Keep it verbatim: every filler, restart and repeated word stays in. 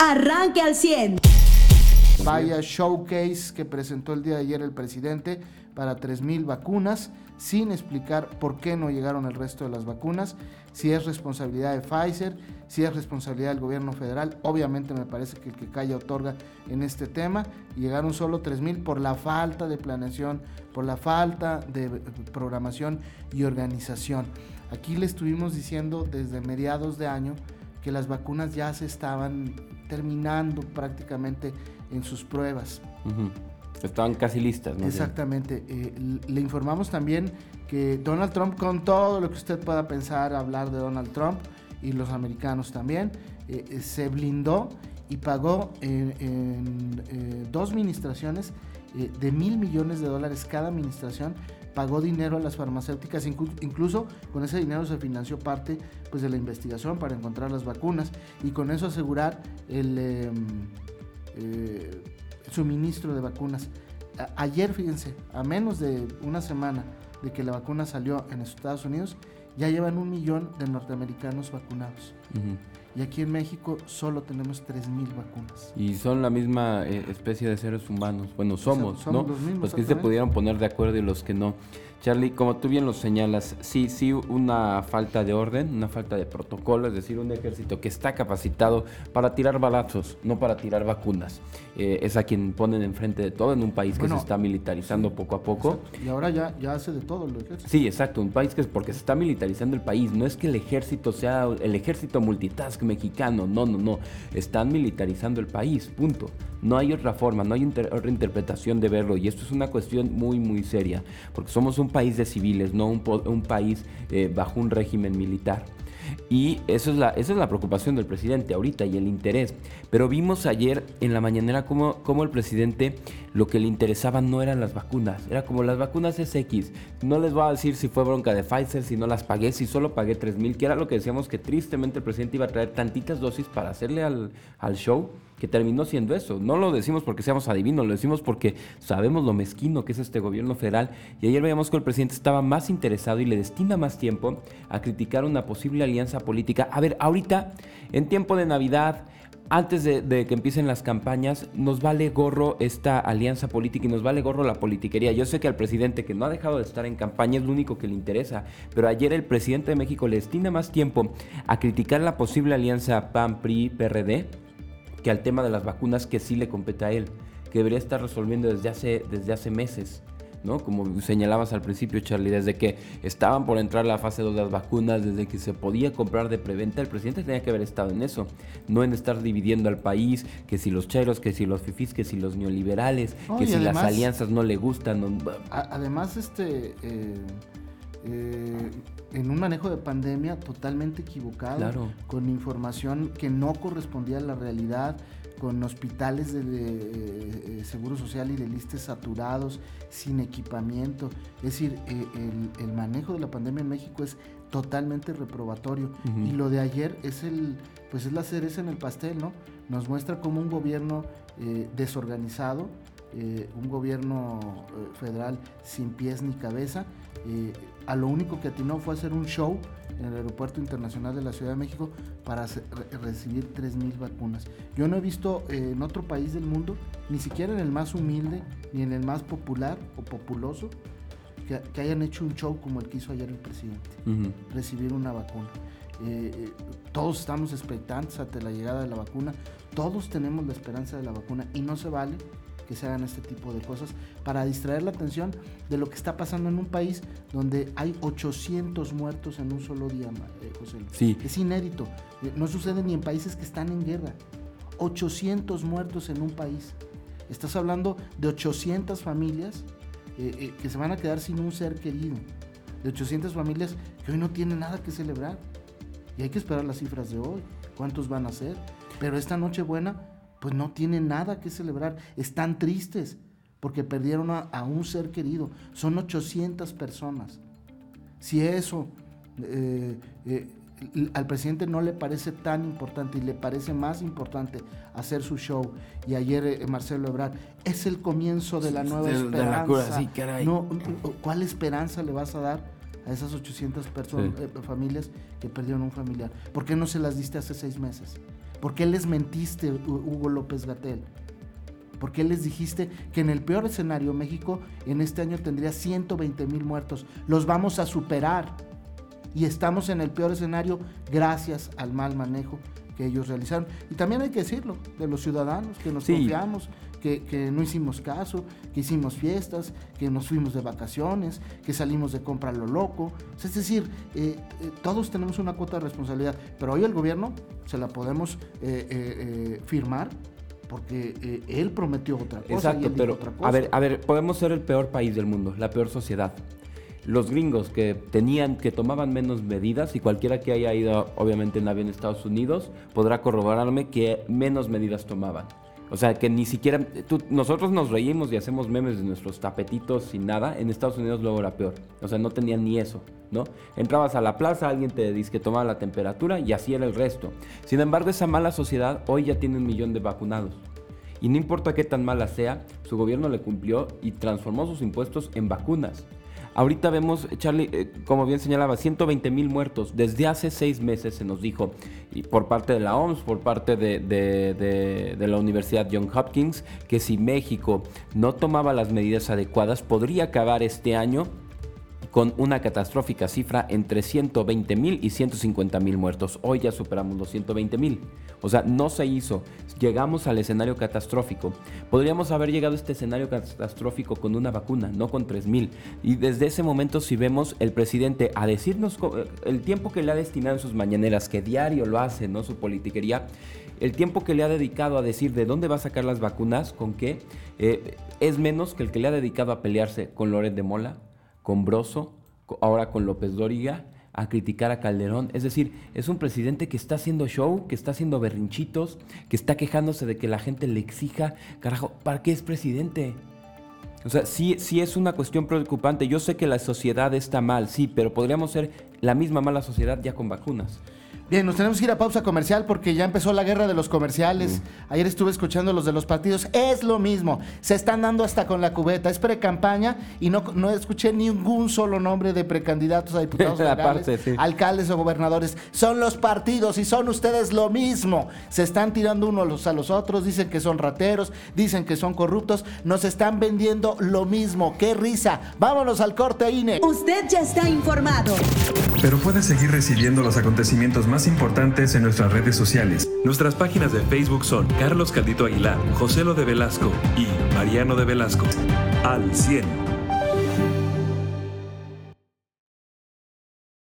arranque al cien. Vaya showcase que presentó el día de ayer el presidente para tres mil vacunas, sin explicar por qué no llegaron el resto de las vacunas, si es responsabilidad de Pfizer, si es responsabilidad del gobierno federal. Obviamente me parece que el que calla otorga en este tema. Llegaron solo tres mil por la falta de planeación, por la falta de programación y organización. Aquí le estuvimos diciendo desde mediados de año que las vacunas ya se estaban terminando prácticamente en sus pruebas. Uh-huh. Estaban casi listas, ¿no? Exactamente. Eh, le informamos también que Donald Trump, con todo lo que usted pueda pensar, hablar de Donald Trump y los americanos también, eh, se blindó y pagó en, en eh, dos administraciones eh, de mil millones de dólares cada administración. Pagó dinero a las farmacéuticas, incluso con ese dinero se financió parte pues, de la investigación para encontrar las vacunas y con eso asegurar el eh, eh, suministro de vacunas. A- ayer, fíjense, a menos de una semana de que la vacuna salió en Estados Unidos, ya llevan un millón de norteamericanos vacunados. Uh-huh. Y aquí en México solo tenemos tres mil vacunas. Y son la misma eh, especie de seres humanos. Bueno, somos, o sea, somos ¿no? Los, mismos, los que se pudieron poner de acuerdo y los que no. Charlie, como tú bien lo señalas, sí, sí, una falta de orden, una falta de protocolo, es decir, un ejército que está capacitado para tirar balazos, no para tirar vacunas. Eh, es a quien ponen enfrente de todo en un país bueno, que se está militarizando sí, poco a poco. Exacto. Y ahora ya, ya hace de todo el ejército. Sí, exacto, un país que es porque se está militarizando el país. No es que el ejército sea el ejército multitask mexicano, no, no, no. Están militarizando el país, punto. No hay otra forma, no hay inter- otra interpretación de verlo. Y esto es una cuestión muy, muy seria, porque somos un país de civiles, no un, po- un país eh, bajo un régimen militar. Y eso es la, esa es la preocupación del presidente ahorita y el interés. Pero vimos ayer en la mañanera cómo, cómo el presidente lo que le interesaba no eran las vacunas. Era como las vacunas es X. No les voy a decir si fue bronca de Pfizer, si no las pagué, si solo pagué tres mil, que era lo que decíamos que tristemente el presidente iba a traer tantitas dosis para hacerle al, al show, que terminó siendo eso. No lo decimos porque seamos adivinos, lo decimos porque sabemos lo mezquino que es este gobierno federal. Y ayer veíamos que el presidente estaba más interesado y le destina más tiempo a criticar una posible alianza política. A ver, ahorita, en tiempo de Navidad, antes de, de que empiecen las campañas, nos vale gorro esta alianza política y nos vale gorro la politiquería. Yo sé que al presidente, que no ha dejado de estar en campaña, es lo único que le interesa, pero ayer el presidente de México le destina más tiempo a criticar la posible alianza P A N, P R I, P R D, que al tema de las vacunas que sí le compete a él, que debería estar resolviendo desde hace, desde hace meses, ¿no? Como señalabas al principio, Charlie, desde que estaban por entrar la fase dos de las vacunas, desde que se podía comprar de preventa, el presidente tenía que haber estado en eso, no en estar dividiendo al país, que si los chairos, que si los fifís, que si los neoliberales, no, que si además, las alianzas no le gustan. No... Además, este... Eh... Eh, en un manejo de pandemia totalmente equivocado, claro, con información que no correspondía a la realidad, con hospitales de, de, de Seguro Social y del ISSSTE saturados, sin equipamiento. Es decir, eh, el, el manejo de la pandemia en México es totalmente reprobatorio. Uh-huh. Y lo de ayer es el, pues es la cereza en el pastel, ¿no? Nos muestra como un gobierno eh, desorganizado, eh, un gobierno eh, federal sin pies ni cabeza. Eh, a lo único que atinó fue hacer un show en el Aeropuerto Internacional de la Ciudad de México para re- recibir tres mil vacunas. Yo no he visto eh, en otro país del mundo, ni siquiera en el más humilde, ni en el más popular o populoso, que, que hayan hecho un show como el que hizo ayer el presidente, uh-huh. recibir una vacuna. Eh, eh, todos estamos expectantes ante la llegada de la vacuna, todos tenemos la esperanza de la vacuna y no se vale que se hagan este tipo de cosas para distraer la atención de lo que está pasando en un país donde hay ochocientos muertos en un solo día, eh, José. Sí. Es inédito, no sucede ni en países que están en guerra. ochocientos muertos en un país. Estás hablando de ochocientas familias eh, eh, que se van a quedar sin un ser querido, de ochocientas familias que hoy no tienen nada que celebrar. Y hay que esperar las cifras de hoy, cuántos van a ser. Pero esta Nochebuena pues no tienen nada que celebrar, están tristes porque perdieron a, a un ser querido, son ochocientas personas. Si eso eh, eh, al presidente no le parece tan importante y le parece más importante hacer su show, y ayer eh, Marcelo Ebrard, es el comienzo de la nueva de, esperanza, de la cura, sí, caray. No, ¿cuál esperanza le vas a dar a esas ochocientas personas, sí. eh, familias que perdieron un familiar? ¿Por qué no se las diste hace seis meses? ¿Por qué les mentiste, Hugo López-Gatell? ¿Por qué les dijiste que en el peor escenario México en este año tendría ciento veinte mil muertos? Los vamos a superar. Y estamos en el peor escenario gracias al mal manejo que ellos realizaron. Y también hay que decirlo, de los ciudadanos, que nos sí. confiamos, que, que no hicimos caso, que hicimos fiestas, que nos fuimos de vacaciones, que salimos de compra a lo loco. O sea, es decir, eh, eh, todos tenemos una cuota de responsabilidad, pero hoy el gobierno se la podemos eh, eh, eh, firmar, porque eh, él prometió otra cosa. Exacto, y él pero dijo otra cosa. a ver, a ver, podemos ser el peor país del mundo, la peor sociedad. Los gringos que tenían, que tomaban menos medidas, y cualquiera que haya ido obviamente en avión a Estados Unidos podrá corroborarme que menos medidas tomaban. O sea, que ni siquiera, tú, nosotros nos reímos y hacemos memes de nuestros tapetitos sin nada. En Estados Unidos luego era peor. O sea, no tenían ni eso, ¿no? Entrabas a la plaza, alguien te dice que tomaba la temperatura y así era el resto. Sin embargo, esa mala sociedad hoy ya tiene un millón de vacunados. Y no importa qué tan mala sea, su gobierno le cumplió y transformó sus impuestos en vacunas. Ahorita vemos, Charlie, eh, como bien señalaba, ciento veinte mil muertos. Desde hace seis meses se nos dijo, y por parte de la O M S, por parte de, de, de, de la Universidad Johns Hopkins, que si México no tomaba las medidas adecuadas, podría acabar este año con una catastrófica cifra entre ciento veinte mil y ciento cincuenta mil muertos. Hoy ya superamos los ciento veinte mil. O sea, no se hizo. Llegamos al escenario catastrófico. Podríamos haber llegado a este escenario catastrófico con una vacuna, no con tres mil. Y desde ese momento, si vemos el presidente a decirnos el tiempo que le ha destinado en sus mañaneras, que diario lo hace, ¿no? Su politiquería, el tiempo que le ha dedicado a decir de dónde va a sacar las vacunas, con qué, eh, es menos que el que le ha dedicado a pelearse con Loret de Mola, con Broso, ahora con López Dóriga, a criticar a Calderón. Es decir, es un presidente que está haciendo show, que está haciendo berrinchitos, que está quejándose de que la gente le exija. Carajo, ¿para qué es presidente? O sea, sí, sí es una cuestión preocupante. Yo sé que la sociedad está mal, sí, pero podríamos ser la misma mala sociedad ya con vacunas. Bien, nos tenemos que ir a pausa comercial porque ya empezó la guerra de los comerciales. Mm. Ayer estuve escuchando los de los partidos. Es lo mismo. Se están dando hasta con la cubeta. Es pre-campaña y no, no escuché ningún solo nombre de precandidatos a diputados federales, parte, sí. alcaldes o gobernadores. Son los partidos y son ustedes lo mismo. Se están tirando unos a los otros. Dicen que son rateros, dicen que son corruptos. Nos están vendiendo lo mismo. ¡Qué risa! Vámonos al corte, I N E. Usted ya está informado. Pero puede seguir recibiendo los acontecimientos más importantes en nuestras redes sociales. Nuestras páginas de Facebook son Carlos Caldito Aguilar, José Lo de Velasco y Mariano de Velasco. Al cien.